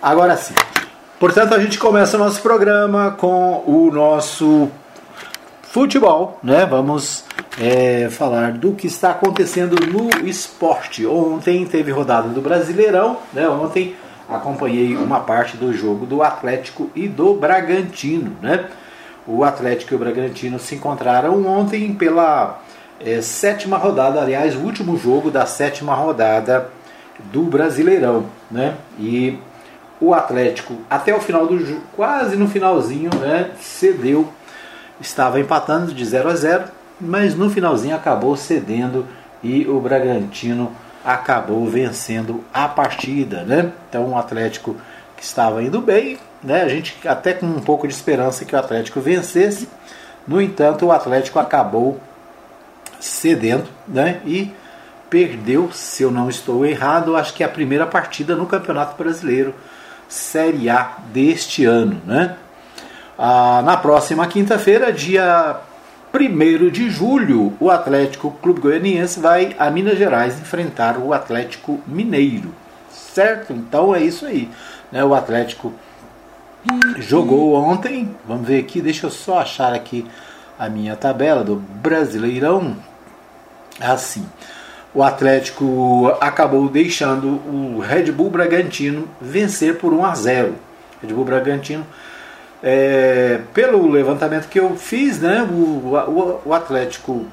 Agora sim. Portanto, a gente começa o nosso programa com o nosso futebol, né? Vamos falar do que está acontecendo no esporte. Ontem teve rodada do Brasileirão, né? Ontem acompanhei uma parte do jogo do Atlético e do Bragantino, né? O Atlético e o Bragantino se encontraram ontem pela sétima rodada, aliás, o último jogo da sétima rodada do Brasileirão, né? E o Atlético, até o final do jogo, quase no finalzinho, né, cedeu, estava empatando de 0-0, mas no finalzinho acabou cedendo e o Bragantino acabou vencendo a partida, né? Então o Atlético, que estava indo bem, né, a gente até com um pouco de esperança que o Atlético vencesse, no entanto o Atlético acabou cedendo, né, e perdeu, se eu não estou errado, acho que é a primeira partida no Campeonato Brasileiro Série A deste ano, né? Na próxima quinta-feira, dia 1º de julho, o Atlético Clube Goianiense vai a Minas Gerais enfrentar o Atlético Mineiro, certo? Então é isso aí, né? O Atlético jogou ontem, vamos ver aqui, deixa eu só achar aqui a minha tabela do Brasileirão. Assim, o Atlético acabou deixando o Red Bull Bragantino vencer por 1-0. Red Bull Bragantino, pelo levantamento que eu fiz, né, o Atlético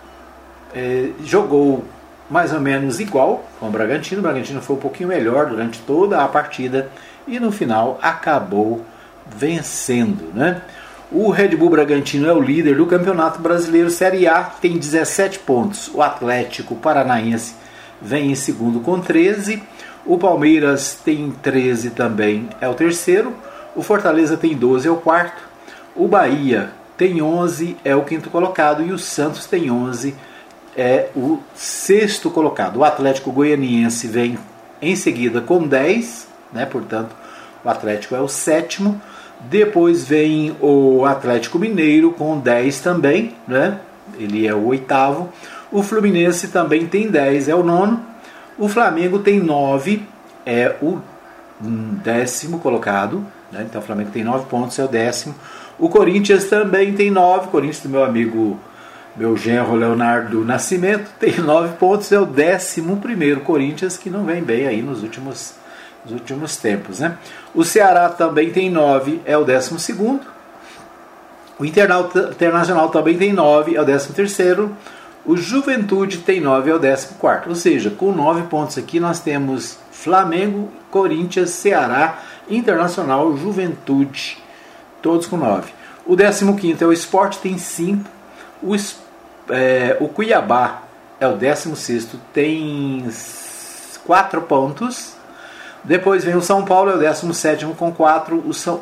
jogou mais ou menos igual com o Bragantino. O Bragantino foi um pouquinho melhor durante toda a partida e no final acabou vencendo, né? O Red Bull Bragantino é o líder do Campeonato Brasileiro Série A, tem 17 pontos. O Atlético Paranaense vem em segundo com 13. O Palmeiras tem 13 também, é o terceiro. O Fortaleza tem 12, é o quarto. O Bahia tem 11, é o quinto colocado. E o Santos tem 11, é o sexto colocado. O Atlético Goianiense vem em seguida com 10, né? Portanto, o Atlético é o sétimo. Depois vem o Atlético Mineiro com 10 também, né? Ele é o oitavo. O Fluminense também tem 10, é o nono. O Flamengo tem 9, é o décimo colocado, né? Então o Flamengo tem 9 pontos, é o décimo. O Corinthians também tem 9. O Corinthians do meu amigo, meu genro Leonardo Nascimento, tem 9 pontos, é o 11º. Corinthians, que não vem bem aí nos últimos tempos, né? O Ceará também tem 9, é o 12º. O Internacional também tem 9, é o 13º. O Juventude tem 9, é o 14º. Ou seja, com 9 pontos aqui nós temos Flamengo, Corinthians, Ceará, Internacional, Juventude, todos com 9. O 15º é o Sport, tem 5. O Cuiabá é o 16º, tem 4 pontos. Depois vem o São Paulo, é o 17º com 4.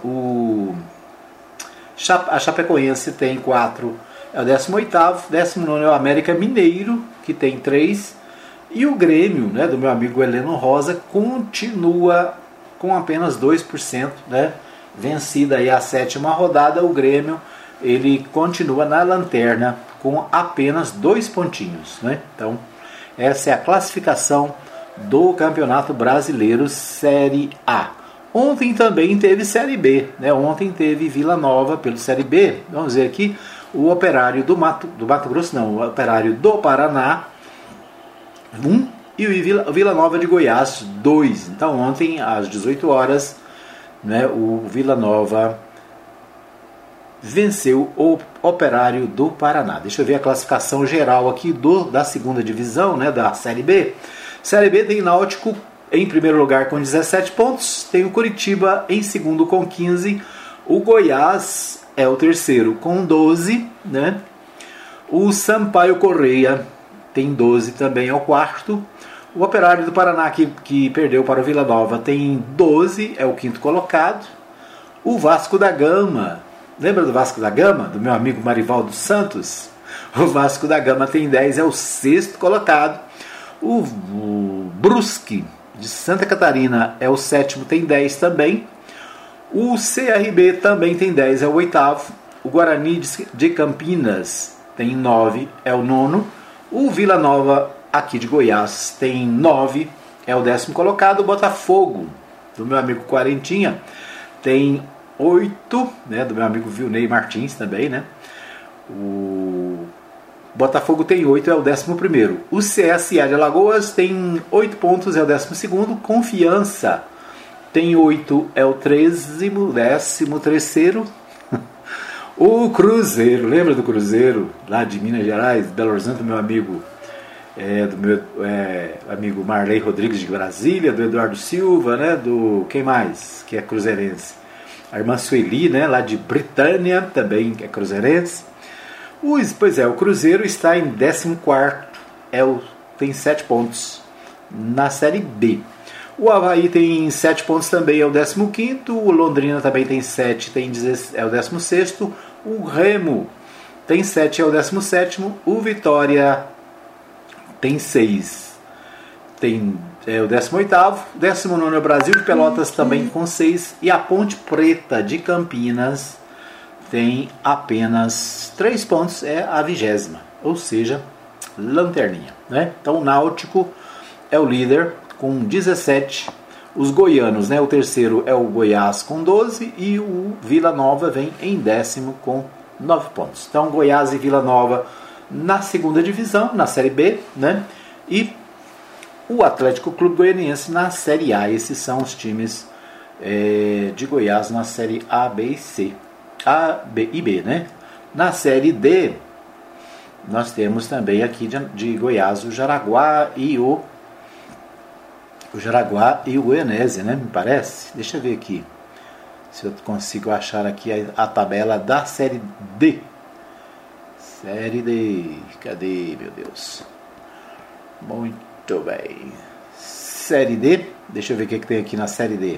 A Chapecoense tem 4, é o 18º. 19º é o América Mineiro, que tem 3. E o Grêmio, né, do meu amigo Heleno Rosa, continua com apenas 2%, né? Vencida aí a sétima rodada, o Grêmio ele continua na lanterna com apenas 2 pontinhos, né? Então, essa é a classificação do Campeonato Brasileiro Série A. Ontem também teve Série B, né? Ontem teve Vila Nova pelo Série B. Vamos ver aqui, o Operário do Mato Grosso, não, o Operário do Paraná 1 e o Vila Nova de Goiás 2. Então ontem às 18 horas, né, o Vila Nova venceu o Operário do Paraná. Deixa eu ver a classificação geral aqui da segunda divisão, né, da Série B. Série B tem Náutico em primeiro lugar com 17 pontos, tem o Curitiba em segundo com 15, o Goiás é o terceiro com 12, né? O Sampaio Correia tem 12 também, é o quarto. O Operário do Paraná, que perdeu para o Vila Nova, tem 12, é o quinto colocado. O Vasco da Gama, lembra do Vasco da Gama, do meu amigo Marivaldo Santos? O Vasco da Gama tem 10, é o sexto colocado. O Brusque de Santa Catarina é o sétimo, tem 10 também. O CRB também tem 10, é o oitavo. O Guarani de Campinas tem 9, é o nono. O Vila Nova, aqui de Goiás, tem 9, é o décimo colocado. O Botafogo do meu amigo Quarentinha tem 8, né, do meu amigo Vilney Martins também, né? O Botafogo tem 8, é o 11º. O CSA de Alagoas tem 8 pontos, é o 12º. Confiança tem 8, é o 13º. O Cruzeiro, lembra do Cruzeiro lá de Minas Gerais, Belo Horizonte, meu amigo, do meu amigo Marley Rodrigues de Brasília, do Eduardo Silva, né, do quem mais que é cruzeirense? A irmã Sueli, né, lá de Britânia, também é cruzeirense. Pois é, o Cruzeiro está em 14º, tem 7 pontos na Série B. O Avaí tem 7 pontos também, é o 15º. O Londrina também tem 7, é o 16º. O Remo tem 7, é o 17º. O Vitória tem 6, é o 18º. 19º é o Brasil de Pelotas também com 6. E a Ponte Preta de Campinas tem apenas 3 pontos, é a 20ª, ou seja, lanterninha, né? Então o Náutico é o líder com 17, os goianos, né? O terceiro é o Goiás com 12 e o Vila Nova vem em 10º com 9 pontos. Então Goiás e Vila Nova na segunda divisão, na Série B, né? E o Atlético Clube Goianiense na Série A. Esses são os times de Goiás na Série A, B e C. A, B e B, né? Na Série D, nós temos também aqui de Goiás o Jaraguá e o Goianésia, né? Me parece. Deixa eu ver aqui se eu consigo achar aqui a tabela da Série D. Série D, cadê, meu Deus? Muito bem. Série D, deixa eu ver o que tem aqui na Série D.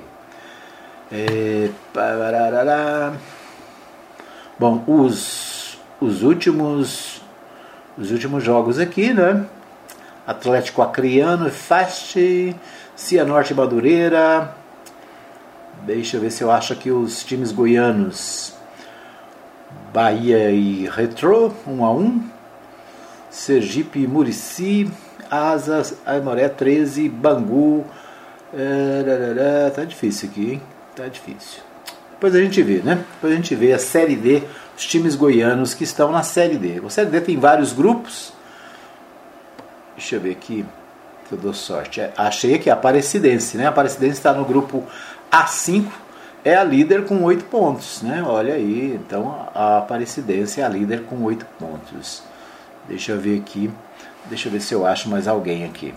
Bom, os últimos jogos aqui, né? Atlético Acreano, Fast, Cianorte Madureira. Deixa eu ver se eu acho aqui os times goianos. Bahia e Retrô, 1-1. Sergipe e Murici. Asas, Aimoré 13, Bangu. Tá difícil aqui, hein? Tá difícil. Depois a gente vê, né? Depois a gente vê a Série D, os times goianos que estão na Série D. A Série D tem vários grupos. Deixa eu ver aqui, que eu dou sorte. Achei aqui a Aparecidense, né? A Aparecidense está no grupo A5, é a líder com 8 pontos, né? Olha aí, então a Aparecidense é a líder com 8 pontos. Deixa eu ver aqui, deixa eu ver se eu acho mais alguém aqui.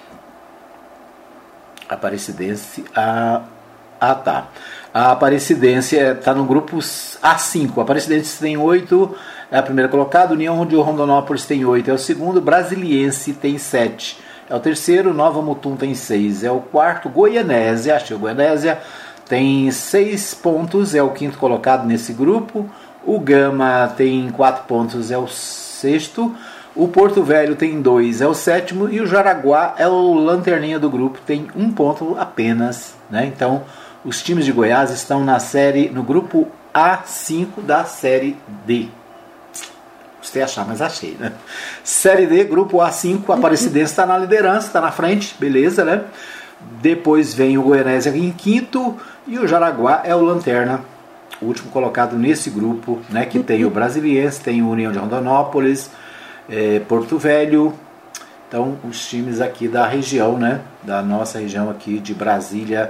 Aparecidense, tá. A Aparecidense está no grupo A5. A Aparecidense tem 8, é a primeira colocada. União de Rondonópolis tem 8, é o segundo. Brasiliense tem 7, é o terceiro. Nova Mutum tem 6, é o quarto. Goianésia, achei o Goianésia, tem 6 pontos, é o quinto colocado nesse grupo. O Gama tem 4 pontos, é o sexto. O Porto Velho tem 2, é o sétimo. E o Jaraguá é o lanterninha do grupo, tem 1 ponto apenas, né? Então os times de Goiás estão no grupo A5 da Série D. Gostei de achar, mas achei, né? Série D, grupo A5, a Aparecidense está na liderança, está na frente, beleza, né? Depois vem o Goianésia em quinto e o Jaraguá é o lanterna, o último colocado nesse grupo, né? Que tem o Brasiliense, tem o União de Rondonópolis, Porto Velho. Então os times aqui da região, né? Da nossa região aqui de Brasília,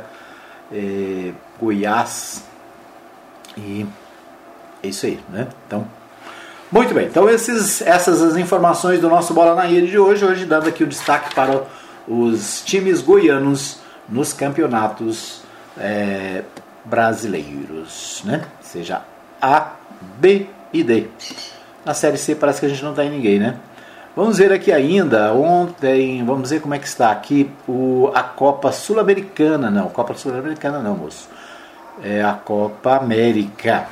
Goiás, e é isso aí, né? Então, muito bem, então essas as informações do nosso Bola na Rede de hoje dando aqui o destaque para os times goianos nos campeonatos brasileiros, né? Seja A, B e D. Na Série C parece que a gente não está em ninguém, né? Vamos ver aqui ainda, ontem, vamos ver como é que está aqui a Copa Sul-Americana. Não, Copa Sul-Americana não, moço. É a Copa América.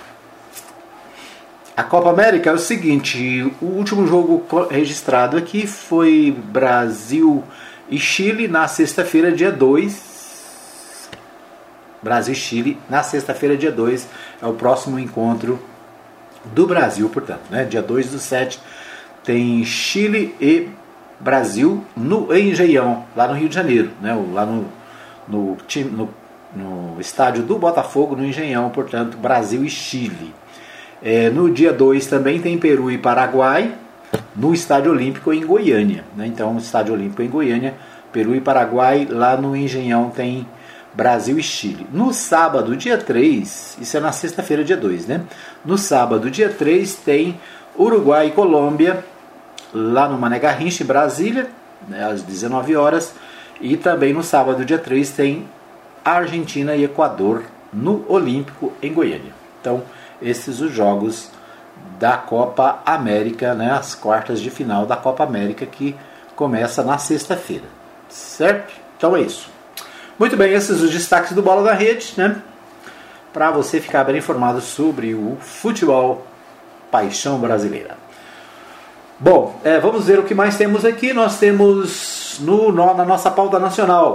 A Copa América é o seguinte, o último jogo registrado aqui foi Brasil e Chile na sexta-feira, dia 2. Brasil e Chile na sexta-feira, dia 2. É o próximo encontro do Brasil, portanto, né? Dia 2/7. Tem Chile e Brasil no Engenhão, lá no Rio de Janeiro, né? Lá no no estádio do Botafogo, no Engenhão, portanto, Brasil e Chile. No dia 2 também tem Peru e Paraguai, no Estádio Olímpico em Goiânia. Né? Então, o Estádio Olímpico em Goiânia, Peru e Paraguai, lá no Engenhão tem Brasil e Chile. No sábado, dia 3, isso é na sexta-feira, dia 2, né? No sábado, dia 3, tem Uruguai e Colômbia, lá no Mané Garrincha, em Brasília, né, às 19 horas. E também no sábado, dia 3, tem Argentina e Equador, no Olímpico, em Goiânia. Então, esses os jogos da Copa América, né, as quartas de final da Copa América, que começa na sexta-feira. Certo? Então é isso. Muito bem, esses os destaques do Bola da Rede, né? Para você ficar bem informado sobre o futebol paixão brasileira. Bom, vamos ver o que mais temos aqui. Nós temos na nossa pauta nacional.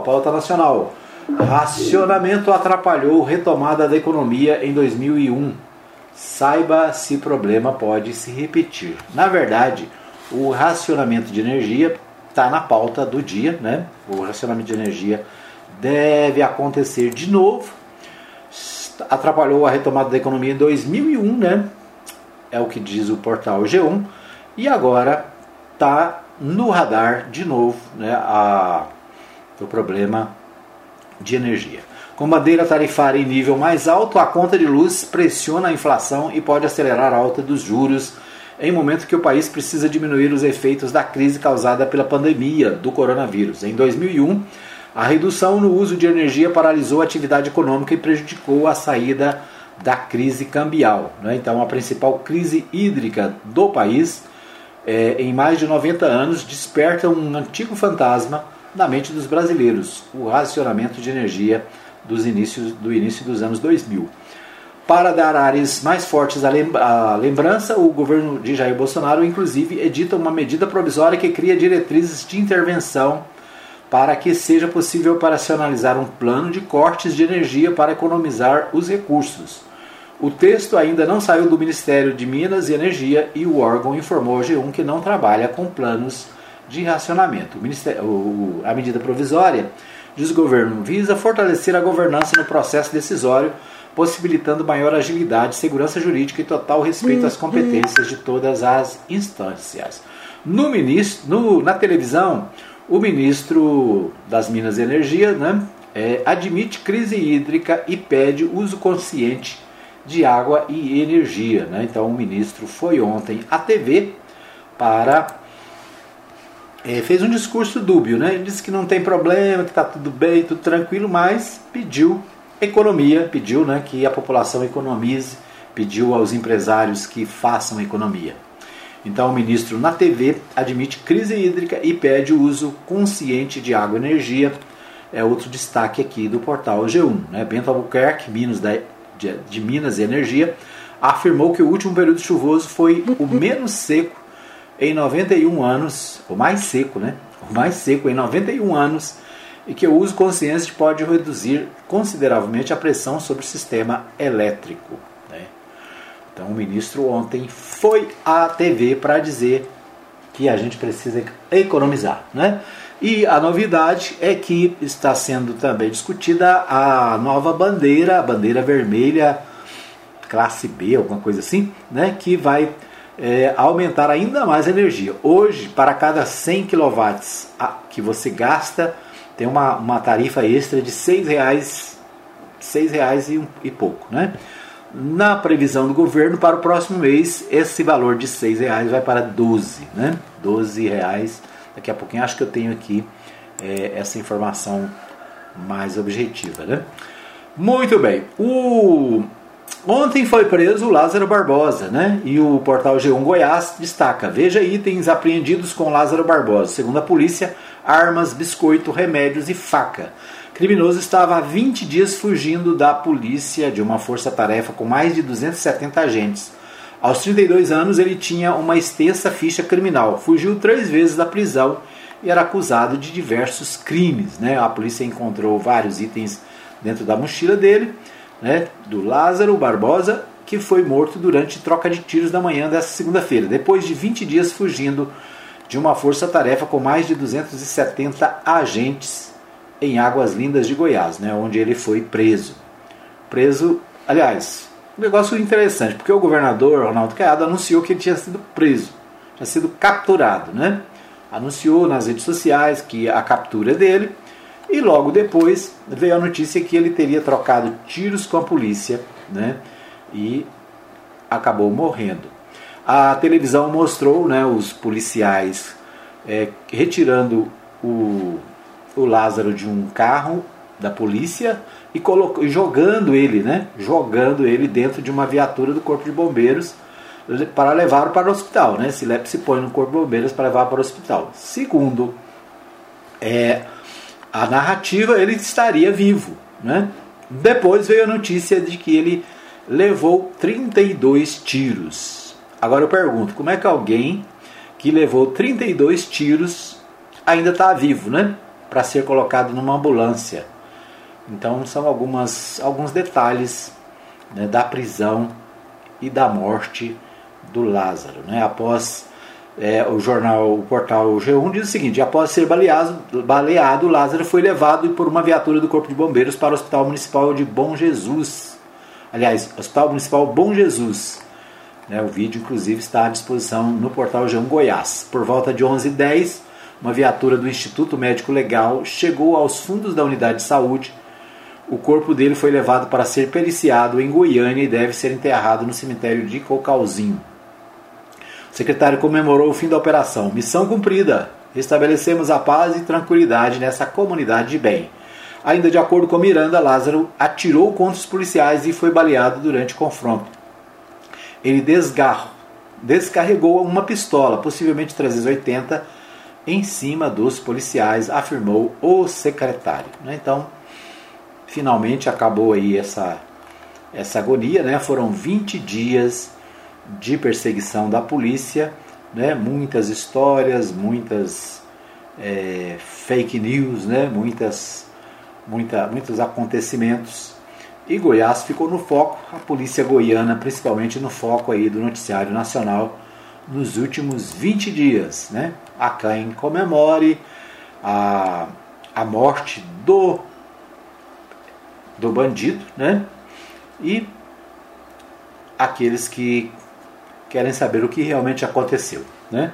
Racionamento atrapalhou retomada da economia em 2001. Saiba se problema pode se repetir. Na verdade, o racionamento de energia está na pauta do dia, né? O racionamento de energia deve acontecer de novo. Atrapalhou a retomada da economia em 2001, né? É o que diz o portal G1. E agora está no radar de novo, né, o problema de energia. Com bandeira tarifária em nível mais alto, a conta de luz pressiona a inflação e pode acelerar a alta dos juros em momento que o país precisa diminuir os efeitos da crise causada pela pandemia do coronavírus. Em 2001, a redução no uso de energia paralisou a atividade econômica e prejudicou a saída da crise cambial. Né? Então, a principal crise hídrica do país, em mais de 90 anos, desperta um antigo fantasma na mente dos brasileiros, o racionamento de energia do início dos anos 2000. Para dar ares mais fortes à lembrança, o governo de Jair Bolsonaro, inclusive, edita uma medida provisória que cria diretrizes de intervenção para que seja possível operacionalizar um plano de cortes de energia para economizar os recursos. O texto ainda não saiu do Ministério de Minas e Energia e o órgão informou ao G1 que não trabalha com planos de racionamento. A medida provisória, diz o governo, visa fortalecer a governança no processo decisório, possibilitando maior agilidade, segurança jurídica e total respeito às competências de todas as instâncias. Na televisão, o ministro das Minas e Energia, né, admite crise hídrica e pede uso consciente de água e energia. Né? Então o ministro foi ontem à TV fez um discurso dúbio, né? Ele disse que não tem problema, que está tudo bem, tudo tranquilo, mas pediu economia, pediu, né, que a população economize, pediu aos empresários que façam economia. Então o ministro na TV admite crise hídrica e pede o uso consciente de água e energia. É outro destaque aqui do portal G1. Né? Bento Albuquerque, de Minas e Energia, afirmou que o último período chuvoso foi o menos seco em 91 anos, o mais seco, né? O mais seco em 91 anos, e que o uso consciente pode reduzir consideravelmente a pressão sobre o sistema elétrico. Né? Então o ministro ontem foi à TV para dizer que a gente precisa economizar. Né? E a novidade é que está sendo também discutida a nova bandeira, a bandeira vermelha, classe B, alguma coisa assim, né? Que vai aumentar ainda mais a energia. Hoje, para cada 100 kW que você gasta, tem uma tarifa extra de R$6 e pouco. Né? Na previsão do governo, para o próximo mês, esse valor de R$6 vai para 12, né? R$12. Daqui a pouquinho acho que eu tenho aqui essa informação mais objetiva. Né? Muito bem. Ontem foi preso o Lázaro Barbosa, né? E o portal G1 Goiás destaca: veja itens apreendidos com Lázaro Barbosa. Segundo a polícia, armas, biscoito, remédios e faca. Criminoso estava há 20 dias fugindo da polícia de uma força-tarefa com mais de 270 agentes. Aos 32 anos ele tinha uma extensa ficha criminal. Fugiu 3 vezes da prisão e era acusado de diversos crimes, né? A polícia encontrou vários itens dentro da mochila dele, né, do Lázaro Barbosa, que foi morto durante troca de tiros da manhã desta segunda-feira, depois de 20 dias fugindo de uma força-tarefa com mais de 270 agentes em Águas Lindas de Goiás, né, onde ele foi preso. Aliás, um negócio interessante, porque o governador Ronaldo Caiado anunciou que ele tinha sido preso, tinha sido capturado, né? Anunciou nas redes sociais que a captura dele, e logo depois veio a notícia que ele teria trocado tiros com a polícia, né? E acabou morrendo. A televisão mostrou, né, os policiais retirando o Lázaro de um carro da polícia e jogando ele, né, dentro de uma viatura do Corpo de Bombeiros para levá-lo para o hospital, né? Se põe no Corpo de Bombeiros para levar para o hospital. Segundo a narrativa, ele estaria vivo, né? Depois veio a notícia de que ele levou 32 tiros. Agora eu pergunto, como é que alguém que levou 32 tiros ainda está vivo, né? Para ser colocado numa ambulância. Então são alguns detalhes, né, da prisão e da morte do Lázaro, né? Após o portal G1 diz o seguinte: após ser baleado, Lázaro foi levado por uma viatura do Corpo de Bombeiros para o Hospital Municipal de Bom Jesus. Aliás, Hospital Municipal Bom Jesus. O vídeo, inclusive, está à disposição no portal G1 Goiás. Por volta de 11h10, uma viatura do Instituto Médico Legal chegou aos fundos da unidade de saúde. O corpo dele foi levado para ser periciado em Goiânia e deve ser enterrado no cemitério de Cocalzinho. O secretário comemorou o fim da operação. Missão cumprida. Estabelecemos a paz e tranquilidade nessa comunidade de bem. Ainda de acordo com Miranda, Lázaro atirou contra os policiais e foi baleado durante o confronto. Ele descarregou uma pistola, possivelmente 380, em cima dos policiais, afirmou o secretário. Então, finalmente acabou aí essa agonia, né? Foram 20 dias de perseguição da polícia, né? Muitas histórias, muitas fake news, né? Muitos acontecimentos, e Goiás ficou no foco, a polícia goiana principalmente no foco aí do noticiário nacional nos últimos 20 dias, né? Há quem comemore a morte do bandido, né? E aqueles que querem saber o que realmente aconteceu, né?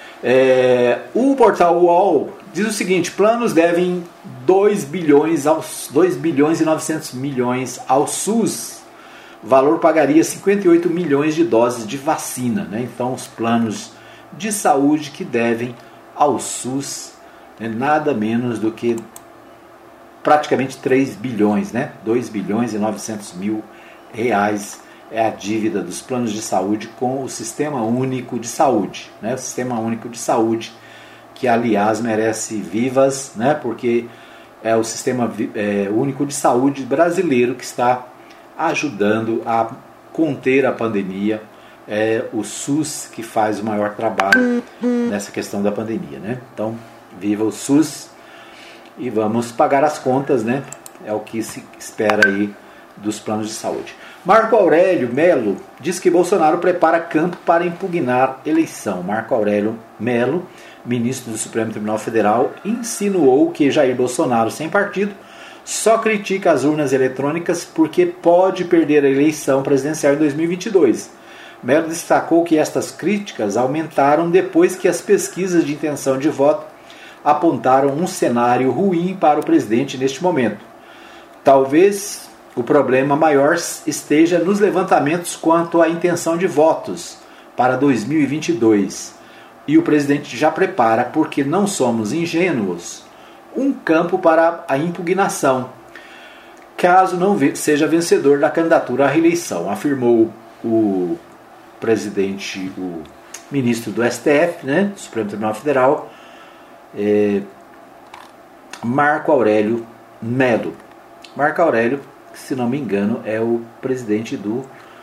O portal UOL diz o seguinte: planos devem 2 bilhões e 900 milhões ao SUS. Valor pagaria 58 milhões de doses de vacina, né? Então os planos de saúde que devem ao SUS, né, nada menos do que praticamente 3 bilhões, né? 2 bilhões e 900 mil reais é a dívida dos planos de saúde com o Sistema Único de Saúde, né? O Sistema Único de Saúde, que aliás merece vivas, né? Porque é o Sistema Único de Saúde brasileiro que está ajudando a conter a pandemia. É o SUS que faz o maior trabalho nessa questão da pandemia, né? Então, viva o SUS e vamos pagar as contas, né? É o que se espera aí dos planos de saúde. Marco Aurélio Melo diz que Bolsonaro prepara campo para impugnar eleição. Marco Aurélio Melo, ministro do Supremo Tribunal Federal, insinuou que Jair Bolsonaro, sem partido, só critica as urnas eletrônicas porque pode perder a eleição presidencial em 2022. Melo destacou que estas críticas aumentaram depois que as pesquisas de intenção de voto apontaram um cenário ruim para o presidente neste momento. Talvez o problema maior esteja nos levantamentos quanto à intenção de votos para 2022. E o presidente já prepara, porque não somos ingênuos, um campo para a impugnação, caso não seja vencedor da candidatura à reeleição, afirmou o presidente, o ministro do STF, né, Supremo Tribunal Federal, Marco Aurélio Melo. Marco Aurélio, se não me engano, é o presidente do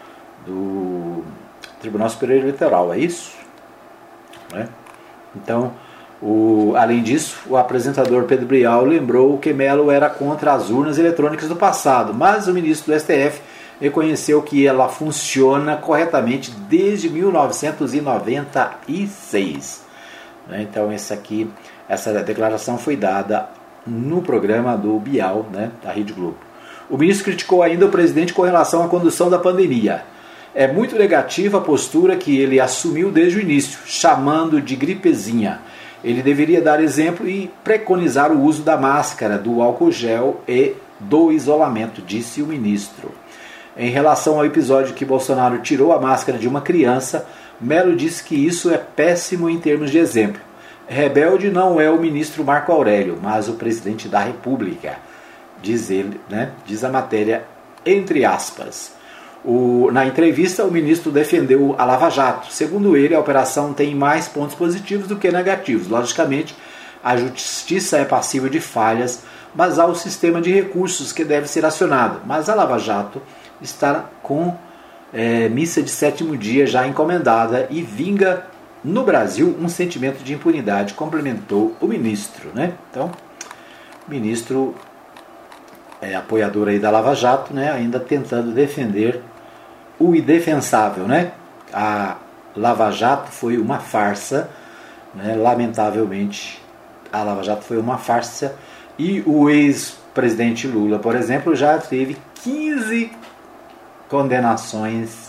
Tribunal Superior Eleitoral, é isso? Né? Então, além disso, o apresentador Pedro Bial lembrou que Melo era contra as urnas eletrônicas do passado, mas o ministro do STF reconheceu que ela funciona corretamente desde 1996. Né? Então, essa declaração foi dada no programa do Bial, né, da Rede Globo. O ministro criticou ainda o presidente com relação à condução da pandemia. É muito negativa a postura que ele assumiu desde o início, chamando de gripezinha. Ele deveria dar exemplo e preconizar o uso da máscara, do álcool gel e do isolamento, disse o ministro. Em relação ao episódio que Bolsonaro tirou a máscara de uma criança, Melo disse que isso é péssimo em termos de exemplo. Rebelde não é o ministro Marco Aurélio, mas o presidente da República, diz ele, né? Diz a matéria, entre aspas. Na entrevista, o ministro defendeu a Lava Jato. Segundo ele, a operação tem mais pontos positivos do que negativos. Logicamente, a justiça é passível de falhas, mas há o sistema de recursos que deve ser acionado. Mas a Lava Jato está com missa de sétimo dia já encomendada e vinga no Brasil um sentimento de impunidade, complementou o ministro, né? Então, o ministro apoiador aí da Lava Jato, né, ainda tentando defender o indefensável, né? A Lava Jato foi uma farsa, né? Lamentavelmente, a Lava Jato foi uma farsa e o ex-presidente Lula, por exemplo, já teve 15 condenações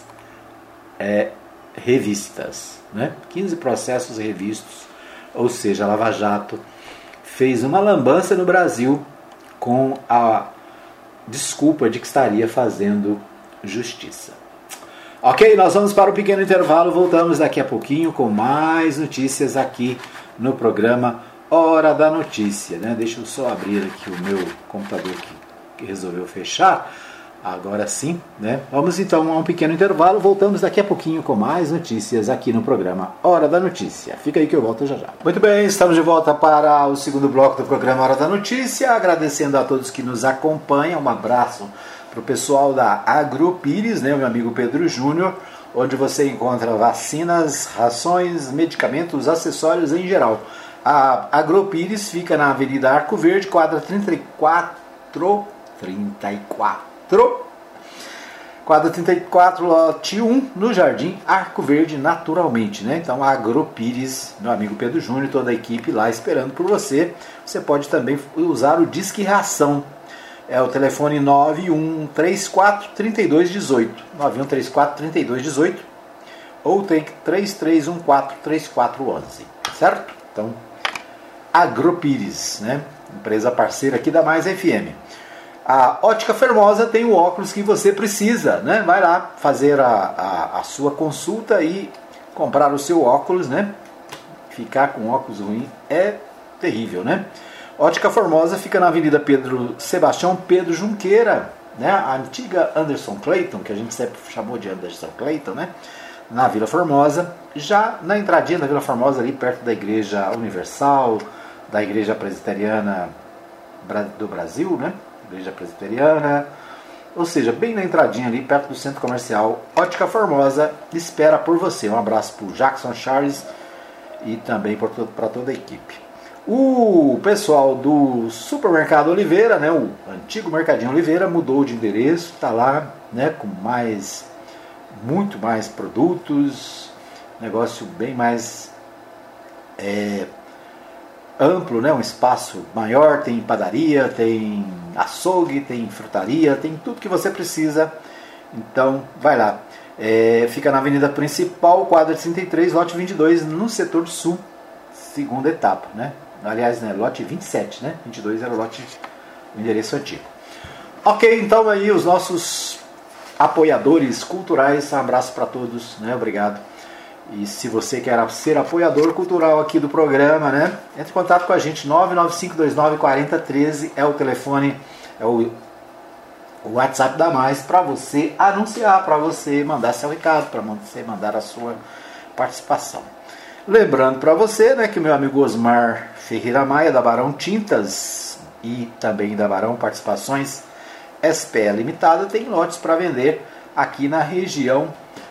revistas, né? 15 processos revistos, ou seja, a Lava Jato fez uma lambança no Brasil com a desculpa de que estaria fazendo justiça. Ok, nós vamos para um pequeno intervalo, voltamos daqui a pouquinho com mais notícias aqui no programa Hora da Notícia, né? Deixa eu só abrir aqui o meu computador que resolveu fechar. Agora sim, né? Vamos então a um pequeno intervalo, voltamos daqui a pouquinho com mais notícias aqui no programa Hora da Notícia. Fica aí que eu volto já já. Muito bem, estamos de volta para o segundo bloco do programa Hora da Notícia, agradecendo a todos que nos acompanham, um abraço para o pessoal da Agropires, né, meu amigo Pedro Júnior, onde você encontra vacinas, rações, medicamentos, acessórios em geral. A Agropires fica na Avenida Arco Verde, quadra 34, lote 1, no Jardim Arco Verde, naturalmente, né? Então a Agropires, meu amigo Pedro Júnior e toda a equipe lá esperando por você. Você pode também usar o Disque Ração. É o telefone 9134-3218, 9134-3218, ou tem 3314-3411, certo? Então, Agropires, né? Empresa parceira aqui da Mais FM. A Ótica Formosa tem o óculos que você precisa, né? Vai lá fazer a sua consulta e comprar o seu óculos, né? Ficar com óculos ruim é terrível, né? Ótica Formosa fica na Avenida Sebastião Pedro Junqueira, né? A antiga Anderson Clayton, que a gente sempre chamou de Anderson Clayton, né? Na Vila Formosa, já na entradinha da Vila Formosa, ali perto da Igreja Universal, da Igreja Presbiteriana do Brasil, né? Igreja Presbiteriana, ou seja, bem na entradinha ali, perto do Centro Comercial. Ótica Formosa espera por você. Um abraço para o Jackson Charles e também para toda a equipe. O pessoal do Supermercado Oliveira, né, o antigo Mercadinho Oliveira, mudou de endereço, está lá, né, com muito mais produtos, negócio bem mais amplo, né, um espaço maior, tem padaria, tem açougue, tem frutaria, tem tudo que você precisa, então vai lá. Fica na Avenida Principal, quadra 33, lote 22, no setor sul, segunda etapa, né? Aliás, né, lote 27, né? 22 era o endereço antigo. Ok, então aí os nossos apoiadores culturais, um abraço para todos, né? Obrigado. E se você quer ser apoiador cultural aqui do programa, né? Entre em contato com a gente, 995294013 é o telefone, é o WhatsApp da Mais, para você anunciar, para você mandar seu recado, para você mandar a sua participação. Lembrando para você, né, que o meu amigo Osmar Ferreira Maia, da Barão Tintas e também da Barão Participações SPE Limitada, tem lotes para vender aqui na região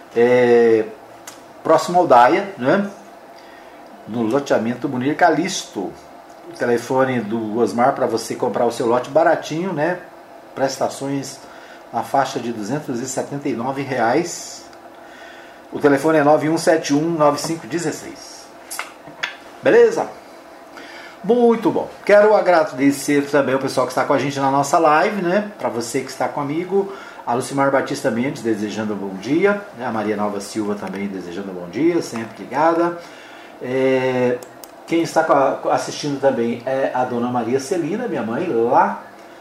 próximo ao Daia, né, no loteamento Munir Calixto. O telefone do Osmar para você comprar o seu lote baratinho, né, prestações na faixa de R$ 279. O telefone é 9171-9516. Beleza? Muito bom. Quero agradecer também o pessoal que está com a gente na nossa live, né? Para você que está comigo, a Lucimar Batista Mendes desejando um bom dia, né? A Maria Nova Silva também desejando um bom dia, sempre ligada. Quem está assistindo também é a Dona Maria Celina, minha mãe, lá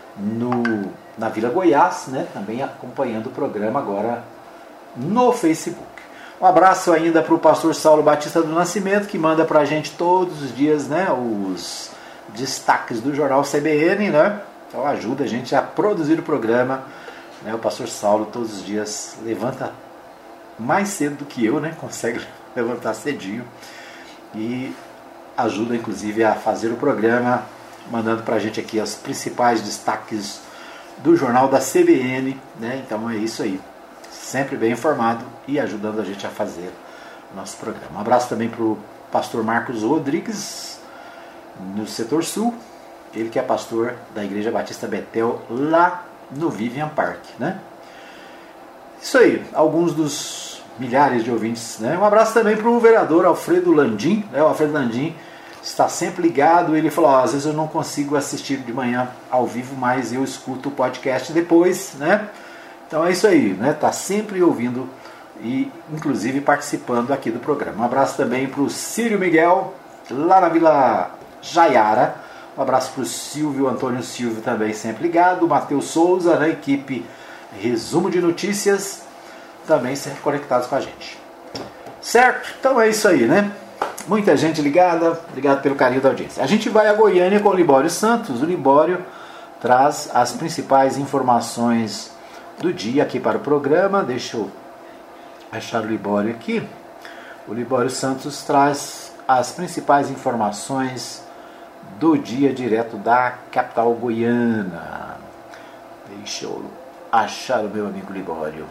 na Vila Goiás, né? Também acompanhando o programa agora no Facebook. Um abraço ainda para o pastor Saulo Batista do Nascimento, que manda para a gente todos os dias, né, os destaques do jornal CBN, né? Então ajuda a gente a produzir o programa, né? O pastor Saulo todos os dias levanta mais cedo do que eu, né? Consegue levantar cedinho e ajuda inclusive a fazer o programa, mandando para a gente aqui os principais destaques do jornal da CBN, né? Então é isso aí. Sempre bem informado e ajudando a gente a fazer o nosso programa. Um abraço também para o pastor Marcos Rodrigues, no setor sul, ele que é pastor da Igreja Batista Betel, lá no Vivian Park, né? Isso aí, alguns dos milhares de ouvintes, né? Um abraço também para o vereador Alfredo Landim, né? O Alfredo Landim está sempre ligado, ele falou, às vezes eu não consigo assistir de manhã ao vivo, mas eu escuto o podcast depois, né? Então é isso aí, né? Tá sempre ouvindo e inclusive participando aqui do programa. Um abraço também para o Círio Miguel, lá na Vila Jaiara. Um abraço para o Silvio, Antônio Silvio também sempre ligado. Matheus Souza, na equipe Resumo de Notícias, também sempre conectados com a gente. Certo? Então é isso aí, né? Muita gente ligada, obrigado pelo carinho da audiência. A gente vai a Goiânia com o Libório Santos. O Libório traz as principais informações do dia aqui para o programa. Deixa eu achar o Libório aqui. O Libório Santos traz as principais informações do dia direto da capital goiana. Deixa eu achar o meu amigo Libório.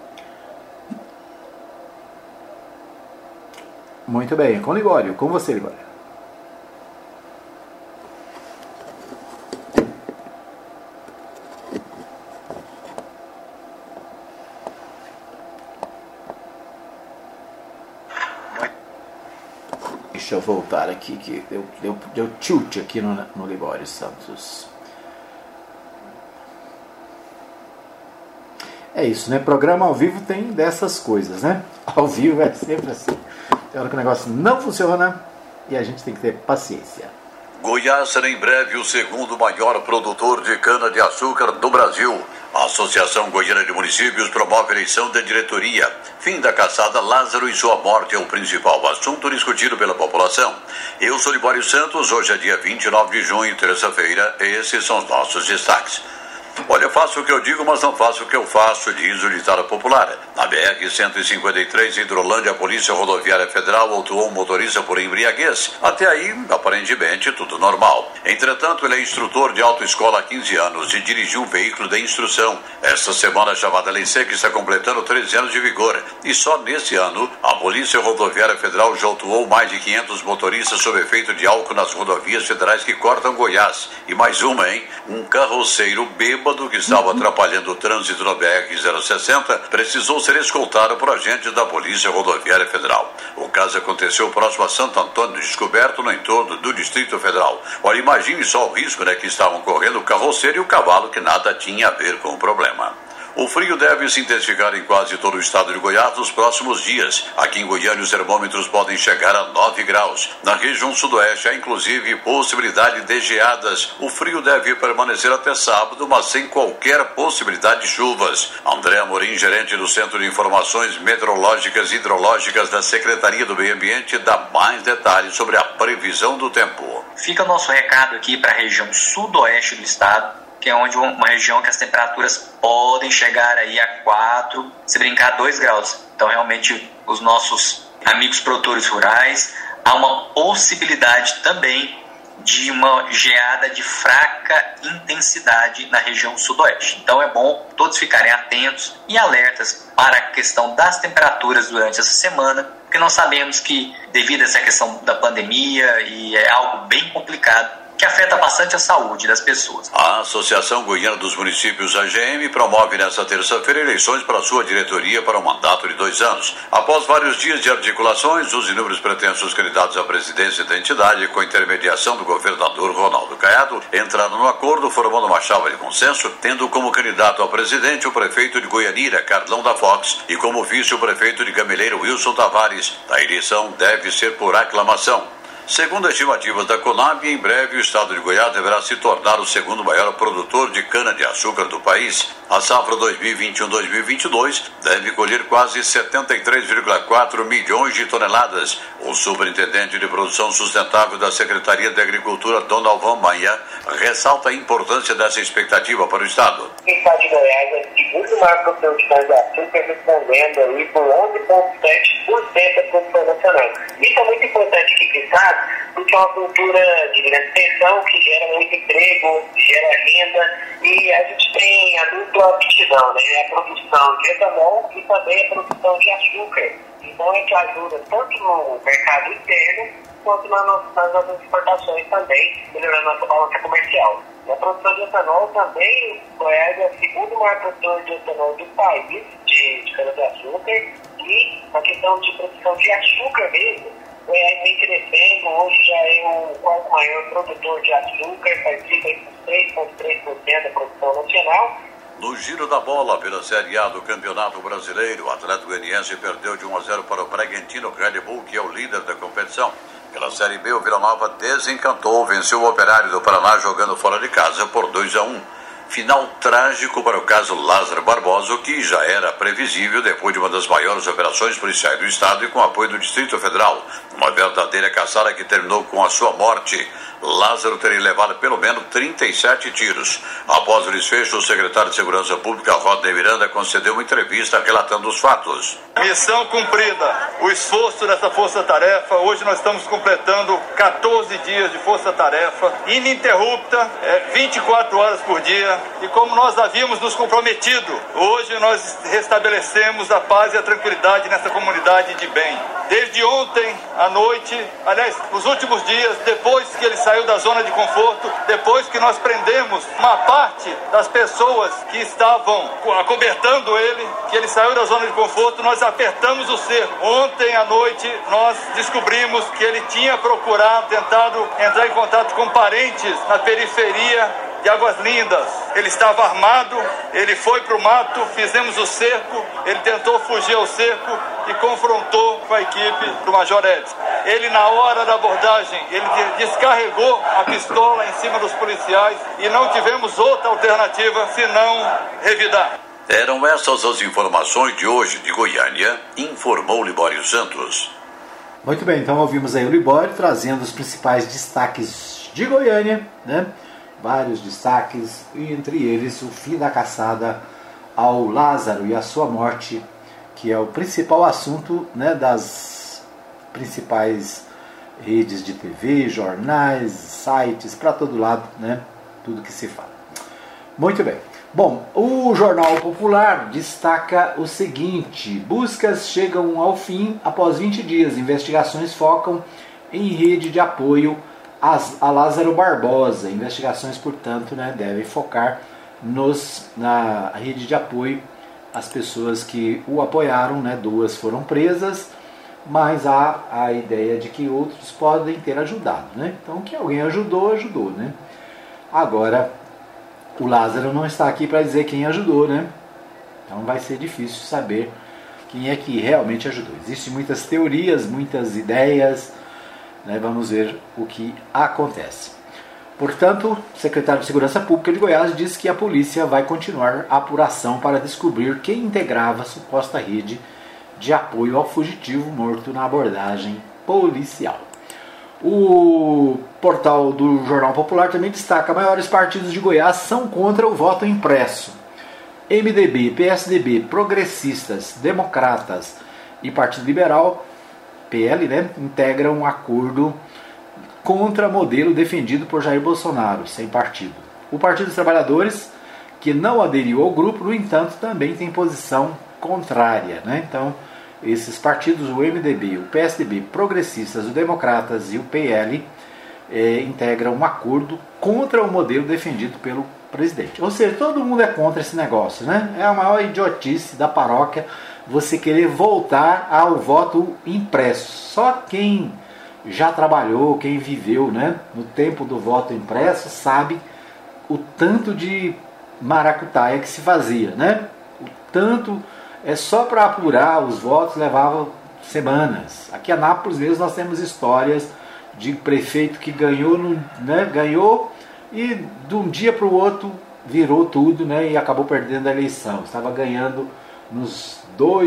Muito bem, com o Libório, com você, Libório. Deixa eu voltar aqui, que deu tilt aqui no Libório Santos. É isso, né? Programa ao vivo tem dessas coisas, né? Ao vivo é sempre assim. Tem hora que o negócio não funciona e a gente tem que ter paciência. Goiás será em breve o segundo maior produtor de cana-de-açúcar do Brasil. A Associação Goiana de Municípios promove a eleição da diretoria. Fim da caçada Lázaro e sua morte é o principal assunto discutido pela população. Eu sou Libório Santos, hoje é dia 29 de junho, terça-feira. Esses são os nossos destaques. Olha, faço o que eu digo, mas não faço o que eu faço, diz o ditado popular. Na BR-153, Hidrolândia, a Polícia Rodoviária Federal autuou um motorista por embriaguez. Até aí, aparentemente, tudo normal. Entretanto, ele é instrutor de autoescola há 15 anos e dirigiu um veículo de instrução. Esta semana, a chamada Lei Seca está completando 13 anos de vigor. E só nesse ano, a Polícia Rodoviária Federal já autuou mais de 500 motoristas sob efeito de álcool nas rodovias federais que cortam Goiás. E mais uma, hein? Um carroceiro bêbado que estava atrapalhando o trânsito no BR-060 precisou ser escoltado por agentes da Polícia Rodoviária Federal. O caso aconteceu próximo a Santo Antônio, descoberto no entorno do Distrito Federal. Olha, imagine só o risco, né, que estavam correndo o carroceiro e o cavalo, que nada tinha a ver com o problema. O frio deve se intensificar em quase todo o estado de Goiás nos próximos dias. Aqui em Goiânia, os termômetros podem chegar a 9 graus. Na região sudoeste, há inclusive possibilidade de geadas. O frio deve permanecer até sábado, mas sem qualquer possibilidade de chuvas. André Amorim, gerente do Centro de Informações Meteorológicas e Hidrológicas da Secretaria do Meio Ambiente, dá mais detalhes sobre a previsão do tempo. Fica o nosso recado aqui para a região sudoeste do estado, que é onde uma região que as temperaturas podem chegar aí a 4, se brincar 2 graus. Então realmente os nossos amigos produtores rurais, há uma possibilidade também de uma geada de fraca intensidade na região sudoeste. Então é bom todos ficarem atentos e alertas para a questão das temperaturas durante essa semana, porque nós sabemos que devido a essa questão da pandemia, e é algo bem complicado, que afeta bastante a saúde das pessoas. A Associação Goiana dos Municípios, AGM, promove nesta terça-feira eleições para sua diretoria para um mandato de 2 anos. Após vários dias de articulações, os inúmeros pretensos candidatos à presidência da entidade, com intermediação do governador Ronaldo Caiado, entraram no acordo formando uma chapa de consenso, tendo como candidato a presidente o prefeito de Goianira, Carlão da Fox, e como vice o prefeito de Gameleira, Wilson Tavares. A eleição deve ser por aclamação. Segundo estimativas da Conab, em breve o estado de Goiás deverá se tornar o segundo maior produtor de cana-de-açúcar do país. A safra 2021-2022 deve colher quase 73,4 milhões de toneladas. O superintendente de produção sustentável da Secretaria de Agricultura, Donalvan Maia, ressalta a importância dessa expectativa para o estado. O estado de Goiás é o segundo maior produtor de cana-de-açúcar, respondendo aí por 11,7% da produção nacional. Isso é muito importante aqui para o estado, porque é uma cultura de grande extensão que gera muito emprego, gera renda, e a gente tem a dupla aptidão, né? A produção de etanol e também a produção de açúcar. Então a gente ajuda tanto no mercado interno quanto nas nossas exportações também, melhorando a nossa balança comercial. Na produção de etanol também, Goiás é o segundo maior produtor de etanol do país, de cana-de-açúcar, e a questão de produção de açúcar mesmo, Goiás vem crescendo, hoje já é o quarto maior produtor de açúcar, participa com 3,3% da produção nacional. No giro da bola pela Série A do Campeonato Brasileiro, o Atlético Goianiense perdeu de 1-0 para o Bragantino Red Bull, que é o líder da competição. Pela Série B, o Vila Nova desencantou, venceu o Operário do Paraná jogando fora de casa por 2-1. Final trágico para o caso Lázaro Barbosa, que já era previsível depois de uma das maiores operações policiais do estado e com apoio do Distrito Federal. Uma verdadeira caçada que terminou com a sua morte. Lázaro teria levado pelo menos 37 tiros. Após o desfecho, o secretário de Segurança Pública, Rodney Miranda, concedeu uma entrevista relatando os fatos. Missão cumprida. O esforço dessa força-tarefa, hoje nós estamos completando 14 dias de força-tarefa, ininterrupta, 24 horas por dia. E como nós havíamos nos comprometido, hoje nós restabelecemos a paz e a tranquilidade nessa comunidade de bem. Desde ontem à noite, aliás, nos últimos dias, depois que ele saiu da zona de conforto, depois que nós prendemos uma parte das pessoas que estavam acobertando ele, que ele saiu da zona de conforto, nós apertamos o cerco. Ontem à noite nós descobrimos que ele tinha tentado entrar em contato com parentes na periferia de Águas Lindas. Ele estava armado, ele foi para o mato, fizemos o cerco, ele tentou fugir ao cerco e confrontou com a equipe do Major Edson. Ele, na hora da abordagem, ele descarregou a pistola em cima dos policiais e não tivemos outra alternativa senão revidar. Eram essas as informações de hoje de Goiânia, informou Libório Santos. Muito bem, então ouvimos aí o Libório trazendo os principais destaques de Goiânia, né? Vários destaques, e entre eles o fim da caçada ao Lázaro e a sua morte, que é o principal assunto, né, das principais redes de TV, jornais, sites, para todo lado, né, tudo que se fala. Muito bem. Bom, o Jornal Popular destaca o seguinte: buscas chegam ao fim após 20 dias, investigações focam em rede de apoio a Lázaro Barbosa. Investigações, portanto, né, devem focar na rede de apoio às pessoas que o apoiaram, né, 2 foram presas, mas há a ideia de que outros podem ter ajudado, né? Então, que alguém ajudou, né? Agora, o Lázaro não está aqui para dizer quem ajudou, né? Então vai ser difícil saber quem é que realmente ajudou. Existem muitas teorias, muitas ideias, né? Vamos ver o que acontece. Portanto, o secretário de Segurança Pública de Goiás diz que a polícia vai continuar a apuração para descobrir quem integrava a suposta rede de apoio ao fugitivo morto na abordagem policial. O portal do Jornal Popular também destaca: maiores partidos de Goiás são contra o voto impresso. MDB, PSDB, Progressistas, Democratas e Partido Liberal, PL, né, integram um acordo contra modelo defendido por Jair Bolsonaro, sem partido. O Partido dos Trabalhadores, que não aderiu ao grupo, no entanto, também tem posição contrária, né? Então, esses partidos, o MDB, o PSDB, Progressistas, o Democratas e o PL, integra um acordo contra o modelo defendido pelo presidente. Ou seja, todo mundo é contra esse negócio, né? É a maior idiotice da paróquia você querer voltar ao voto impresso. Só quem já trabalhou, quem viveu, né, no tempo do voto impresso, sabe o tanto de maracutaia que se fazia, né? O tanto, só para apurar os votos levava semanas. Aqui em Anápolis mesmo nós temos histórias de prefeito que ganhou e de um dia para o outro virou tudo, né, e acabou perdendo a eleição. Estava ganhando nos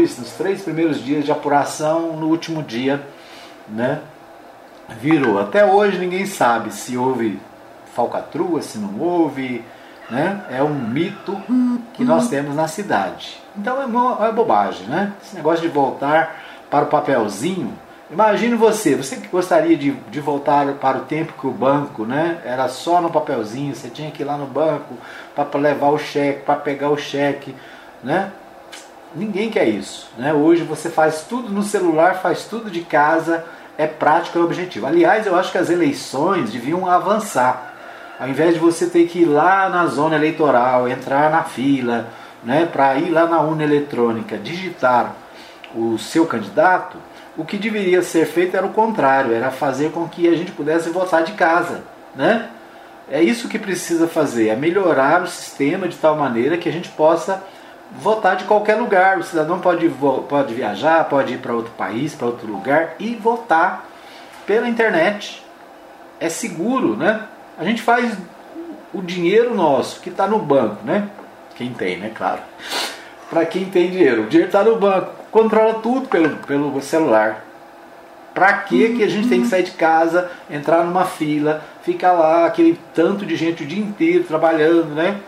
3 primeiros dias de apuração, no último dia, né, virou. Até hoje ninguém sabe se houve falcatrua, se não houve, né? É um mito que nós temos na cidade. Então é bobagem, né? Esse negócio de voltar para o papelzinho. Imagine você que gostaria de voltar para o tempo que o banco, né, era só no papelzinho, você tinha que ir lá no banco para levar o cheque, para pegar o cheque, né? Ninguém quer isso, né? Hoje você faz tudo no celular, faz tudo de casa, é prático, é objetivo. Aliás, eu acho que as eleições deviam avançar. Ao invés de você ter que ir lá na zona eleitoral, entrar na fila, né, para ir lá na urna eletrônica, digitar o seu candidato, o que deveria ser feito era o contrário, era fazer com que a gente pudesse votar de casa, né? É isso que precisa fazer, é melhorar o sistema de tal maneira que a gente possa votar de qualquer lugar. O cidadão pode viajar, pode ir para outro país, para outro lugar e votar pela internet. É seguro, né? A gente faz o dinheiro nosso, que está no banco, né? Quem tem, né? Claro. Para quem tem dinheiro. O dinheiro está no banco. Controla tudo pelo celular. Para que a gente tem que sair de casa, entrar numa fila, ficar lá, aquele tanto de gente o dia inteiro trabalhando, né?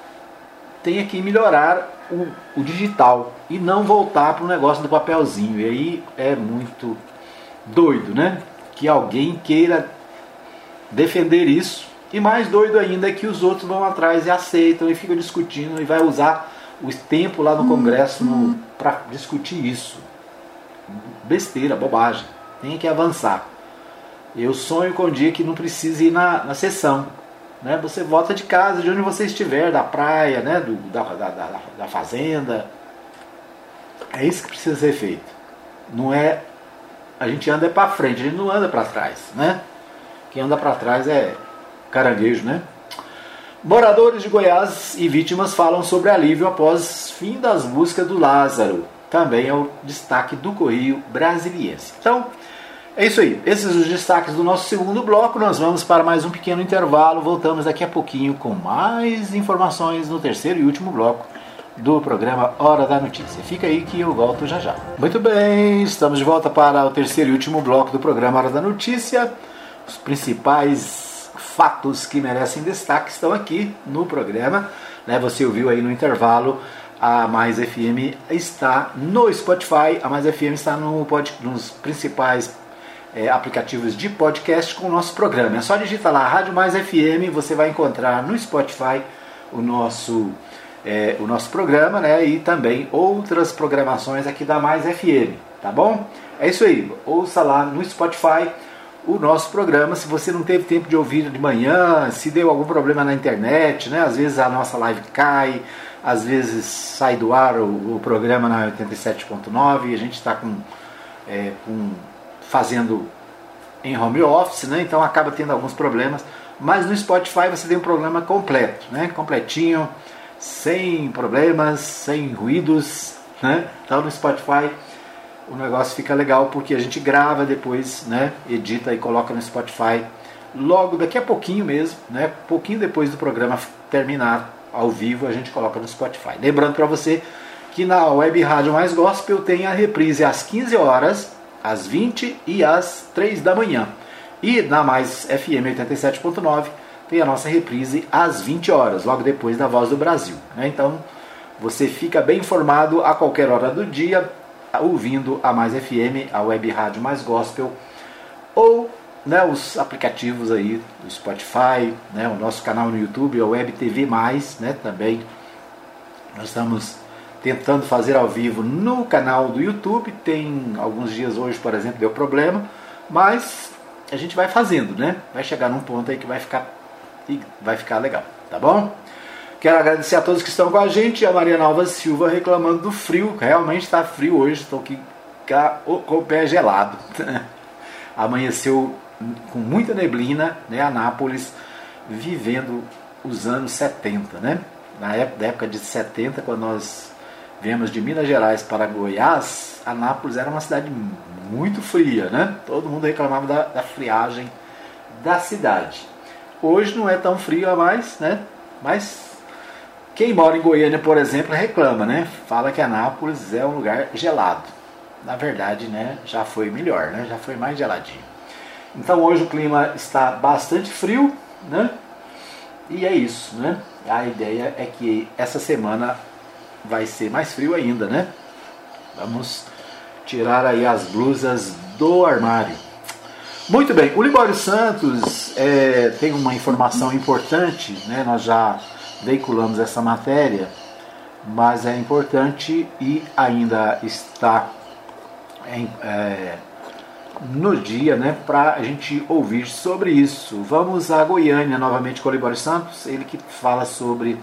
Tem que melhorar o digital e não voltar para o negócio do papelzinho. E aí é muito doido, né? Que alguém queira defender isso. E mais doido ainda é que os outros vão atrás e aceitam e ficam discutindo e vai usar o tempo lá no Congresso para discutir isso. Besteira, bobagem. Tem que avançar. Eu sonho com o dia que não precise ir na sessão, né? Você vota de casa, de onde você estiver, da praia, né? da fazenda. É isso que precisa ser feito. Não é... A gente anda para frente, a gente não anda para trás, né? Quem anda para trás é caranguejo, né? Moradores de Goiás e vítimas falam sobre alívio após fim das buscas do Lázaro. Também é o destaque do Correio Brasiliense. Então, é isso aí. Esses são os destaques do nosso segundo bloco. Nós vamos para mais um pequeno intervalo. Voltamos daqui a pouquinho com mais informações no terceiro e último bloco do programa Hora da Notícia. Fica aí que eu volto já já. Muito bem, estamos de volta para o terceiro e último bloco do programa Hora da Notícia. Os principais fatos que merecem destaque estão aqui no programa, né? Você ouviu aí no intervalo, a Mais FM está no Spotify, a Mais FM está nos principais aplicativos de podcast com o nosso programa. É só digitar lá Rádio Mais FM, você vai encontrar no Spotify o nosso programa, né? E também outras programações aqui da Mais FM, tá bom? É isso aí, ouça lá no Spotify o nosso programa. Se você não teve tempo de ouvir de manhã, se deu algum problema na internet, né? Às vezes a nossa live cai, às vezes sai do ar o programa na 87.9 e a gente está fazendo em home office, né? Então acaba tendo alguns problemas, mas no Spotify você tem um programa completo, né? Completinho, sem problemas, sem ruídos, né? Então no Spotify o negócio fica legal porque a gente grava depois, né, edita e coloca no Spotify logo daqui a pouquinho mesmo, né, pouquinho depois do programa terminar ao vivo a gente coloca no Spotify. Lembrando para você que na Web Rádio Mais Gospel tem a reprise às 15 horas, às 20 e às 3 da manhã. E na Mais FM 87.9 tem a nossa reprise às 20 horas, logo depois da Voz do Brasil, né? Então você fica bem informado a qualquer hora do dia, ouvindo a Mais FM, a Web Rádio Mais Gospel, ou, né, os aplicativos aí do Spotify, né, o nosso canal no YouTube, a Web TV Mais, né, também. Nós estamos tentando fazer ao vivo no canal do YouTube. Tem alguns dias hoje, por exemplo, deu problema, mas a gente vai fazendo, né? Vai chegar num ponto aí que vai ficar legal, tá bom? Quero agradecer a todos que estão com a gente. A Maria Nova Silva reclamando do frio. Realmente está frio hoje, estou aqui com o pé gelado. Amanheceu com muita neblina, né? Anápolis vivendo os anos 70, né? Na época de 70, quando nós viemos de Minas Gerais para Goiás, Anápolis era uma cidade muito fria, né? Todo mundo reclamava da friagem da cidade. Hoje não é tão frio mais, né? Mas quem mora em Goiânia, por exemplo, reclama, né? Fala que Anápolis é um lugar gelado. Na verdade, né? Já foi melhor, né? Já foi mais geladinho. Então hoje o clima está bastante frio, né? E é isso, né? A ideia é que essa semana vai ser mais frio ainda, né? Vamos tirar aí as blusas do armário. Muito bem, o Libório Santos tem uma informação importante, né? Nós já veiculamos essa matéria, mas é importante e ainda está no dia, né, para a gente ouvir sobre isso. Vamos a Goiânia novamente com o Libório Santos, ele que fala sobre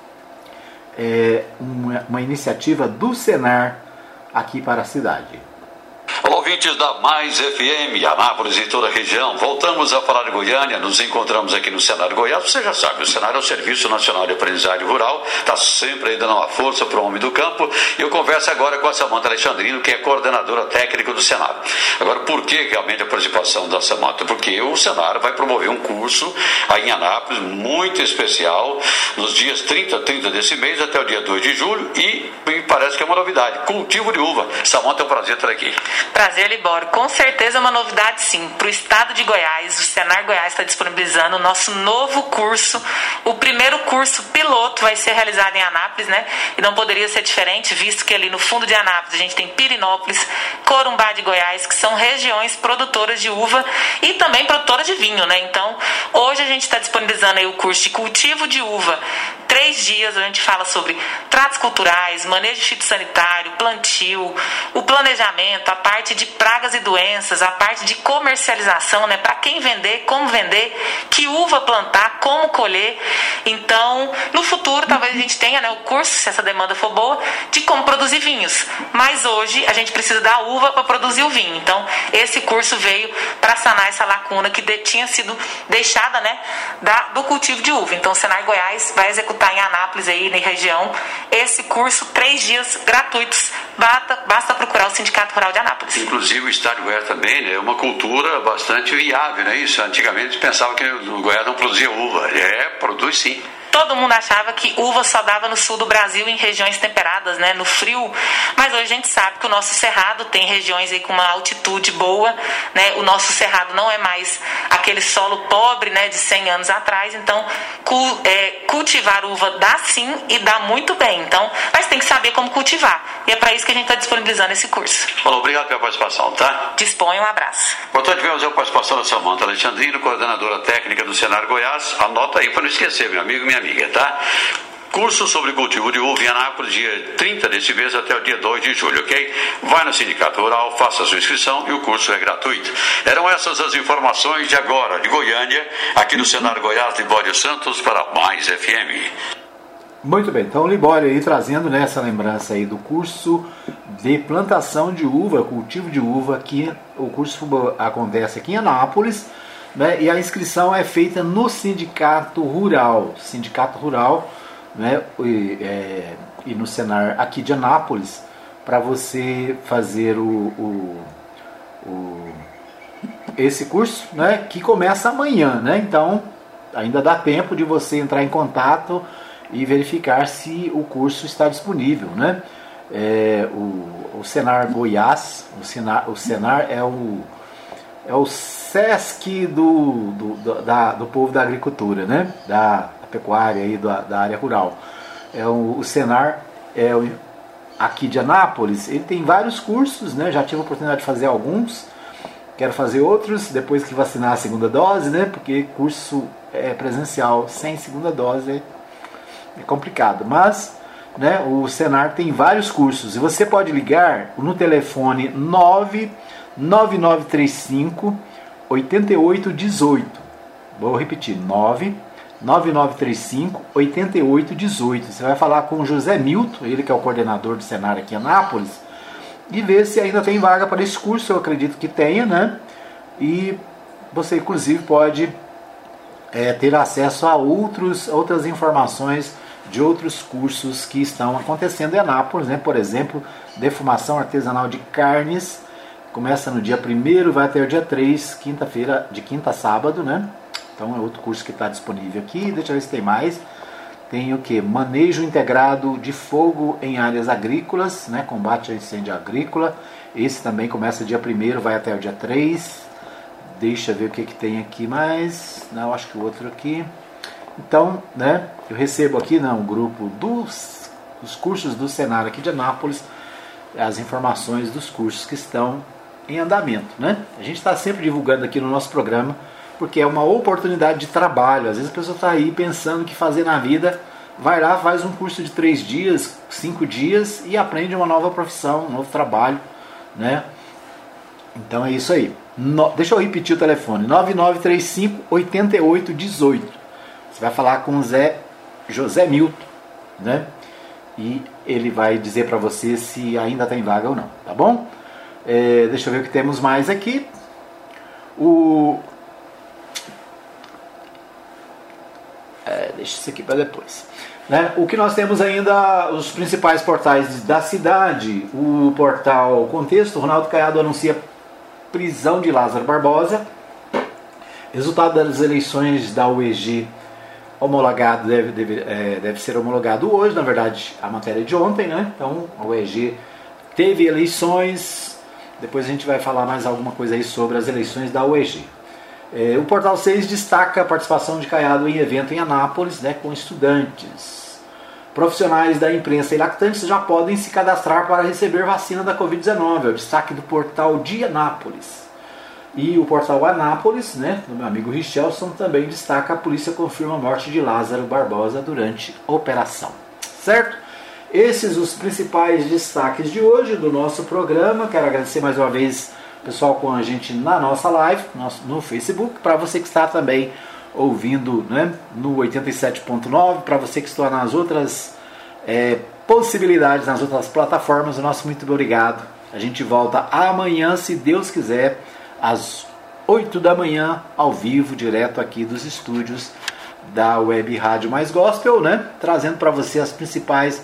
uma iniciativa do Senar aqui para a cidade. Olá, ouvintes da Mais FM, Anápolis e toda a região. Voltamos a falar de Goiânia, nos encontramos aqui no Senar Goiás. Você já sabe, o Senar é o Serviço Nacional de Aprendizagem Rural, está sempre aí dando uma força para o homem do campo. E eu converso agora com a Samanta Alexandrino, que é coordenadora técnica do Senar. Agora, por que realmente a participação da Samanta? Porque o Senar vai promover um curso aí em Anápolis, muito especial, nos dias 30 desse mês até o dia 2 de julho, e me parece que é uma novidade, cultivo de uva. Samanta, é um prazer estar aqui. Prazer, Libório. Com certeza é uma novidade, sim. Para o estado de Goiás, o Senar Goiás está disponibilizando o nosso novo curso. O primeiro curso piloto vai ser realizado em Anápolis, né? E não poderia ser diferente, visto que ali no fundo de Anápolis a gente tem Pirinópolis, Corumbá de Goiás, que são regiões produtoras de uva e também produtoras de vinho, né? Então, hoje a gente está disponibilizando aí o curso de cultivo de uva. 3 dias a gente fala sobre tratos culturais, manejo fitossanitário, plantio, o planejamento, a parte de pragas e doenças, a parte de comercialização, né? Para quem vender, como vender, que uva plantar, como colher. Então, no futuro, talvez a gente tenha, né, o curso, se essa demanda for boa, de como produzir vinhos. Mas hoje a gente precisa da uva para produzir o vinho. Então, esse curso veio para sanar essa lacuna que tinha sido deixada, né, do cultivo de uva. Então, o Senar Goiás vai executar em Anápolis, aí na região, esse curso, 3 dias gratuitos. Basta procurar o Sindicato Rural de Anápolis. Inclusive o estado de Goiás também, né, é uma cultura bastante viável, né? Isso, antigamente pensava que o Goiás não produzia uva. Produz sim. Todo mundo achava que uva só dava no sul do Brasil, em regiões temperadas, né, no frio. Mas hoje a gente sabe que o nosso cerrado tem regiões aí com uma altitude boa, né? O nosso cerrado não é mais aquele solo pobre, né, de 100 anos atrás. Então, cultivar uva dá sim e dá muito bem. Então, mas tem que saber como cultivar. E é para isso que a gente está disponibilizando esse curso. Olá, obrigado pela participação, tá? Disponha, um abraço. Portanto, tivemos a participação da Samanta Alexandrino, coordenadora técnica do Senar Goiás. Anota aí para não esquecer, meu amigo e minha amiga, tá? Curso sobre cultivo de uva em Anápolis, dia 30 desse mês até o dia 2 de julho, ok? Vai no Sindicato Rural, faça a sua inscrição e o curso é gratuito. Eram essas as informações de agora, de Goiânia, aqui no Senar Goiás, Libório Santos, para Mais FM. Muito bem, então o Libório aí trazendo, né, essa lembrança aí do curso de plantação de uva, cultivo de uva, que o curso acontece aqui em Anápolis, né, e a inscrição é feita no Sindicato Rural, né, e no Senar aqui de Anápolis, para você fazer esse curso, né, que começa amanhã, né? Então ainda dá tempo de você entrar em contato e verificar se o curso está disponível, né? O Senar Goiás, o Senar é o SESC do povo da agricultura, né? Da pecuária e da área rural. O Senar aqui de Anápolis, ele tem vários cursos, né? Já tive a oportunidade de fazer alguns, quero fazer outros depois que vacinar a segunda dose, né? Porque curso presencial sem segunda dose é complicado, mas, né, o Senar tem vários cursos e você pode ligar no telefone 99935 8818. Vou repetir, 99935-8818. Você vai falar com o José Milton, ele que é o coordenador do Senar aqui em Anápolis, e ver se ainda tem vaga para esse curso. Eu acredito que tenha, né? E você inclusive pode ter acesso a outras informações de outros cursos que estão acontecendo em Anápolis, né? Por exemplo, defumação artesanal de carnes, começa no dia 1º, vai até o dia 3, quinta-feira, de quinta a sábado, né? Então é outro curso que está disponível aqui. Deixa eu ver se tem mais. Tem o que? Manejo integrado de fogo em áreas agrícolas, né? Combate a incêndio agrícola. Esse também começa dia 1º, vai até o dia 3. Deixa eu ver o que tem aqui mais. Não, acho que o outro aqui. Então, né? Eu recebo aqui no grupo dos cursos do Senar aqui de Anápolis as informações dos cursos que estão em andamento, né? A gente está sempre divulgando aqui no nosso programa, porque é uma oportunidade de trabalho. Às vezes a pessoa está aí pensando o que fazer na vida, vai lá, faz um curso de 3 dias, 5 dias e aprende uma nova profissão, um novo trabalho, né? Então é isso aí. Deixa eu repetir o telefone, 9935-8818. Você vai falar com o José Milton, né? E ele vai dizer para você se ainda tem vaga ou não, tá bom? Deixa eu ver o que temos mais aqui. Deixa isso aqui para depois, né? O que nós temos ainda, os principais portais da cidade. O portal Contexto, Ronaldo Caiado anuncia prisão de Lázaro Barbosa. Resultado das eleições da UEG homologado deve ser homologado hoje. Na verdade, a matéria é de ontem, né? Então a UEG teve eleições. Depois a gente vai falar mais alguma coisa aí sobre as eleições da UEG. O Portal 6 destaca a participação de Caiado em evento em Anápolis, né, com estudantes. Profissionais da imprensa e lactantes já podem se cadastrar para receber vacina da Covid-19. É o destaque do Portal de Anápolis. E o Portal Anápolis, né, do meu amigo Richelson, também destaca: a polícia confirma a morte de Lázaro Barbosa durante a operação. Certo? Esses os principais destaques de hoje do nosso programa. Quero agradecer mais uma vez o pessoal com a gente na nossa live, no Facebook, para você que está também ouvindo, né, no 87.9, para você que está nas outras possibilidades, nas outras plataformas, o nosso muito obrigado. A gente volta amanhã, se Deus quiser, às 8 da manhã, ao vivo, direto aqui dos estúdios da Web Rádio Mais Gospel, né, trazendo para você as principais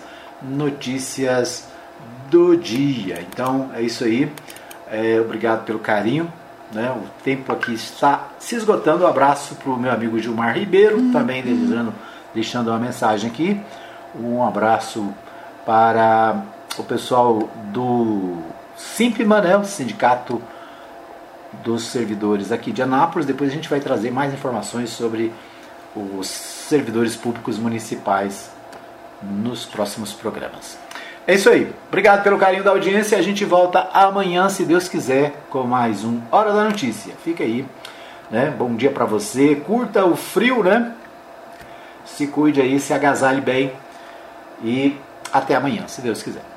notícias do dia. Então é isso aí. Obrigado pelo carinho, né? O tempo aqui está se esgotando. Um abraço para o meu amigo Gilmar Ribeiro, também deixando uma mensagem aqui. Um abraço para o pessoal do Simpma, né? O Sindicato dos Servidores aqui de Anápolis. Depois a gente vai trazer mais informações sobre os servidores públicos municipais nos próximos programas. É isso aí. Obrigado pelo carinho da audiência. A gente volta amanhã, se Deus quiser, com mais um Hora da Notícia. Fica aí, né? Bom dia para você. Curta o frio, né? Se cuide aí, se agasalhe bem. E até amanhã, se Deus quiser.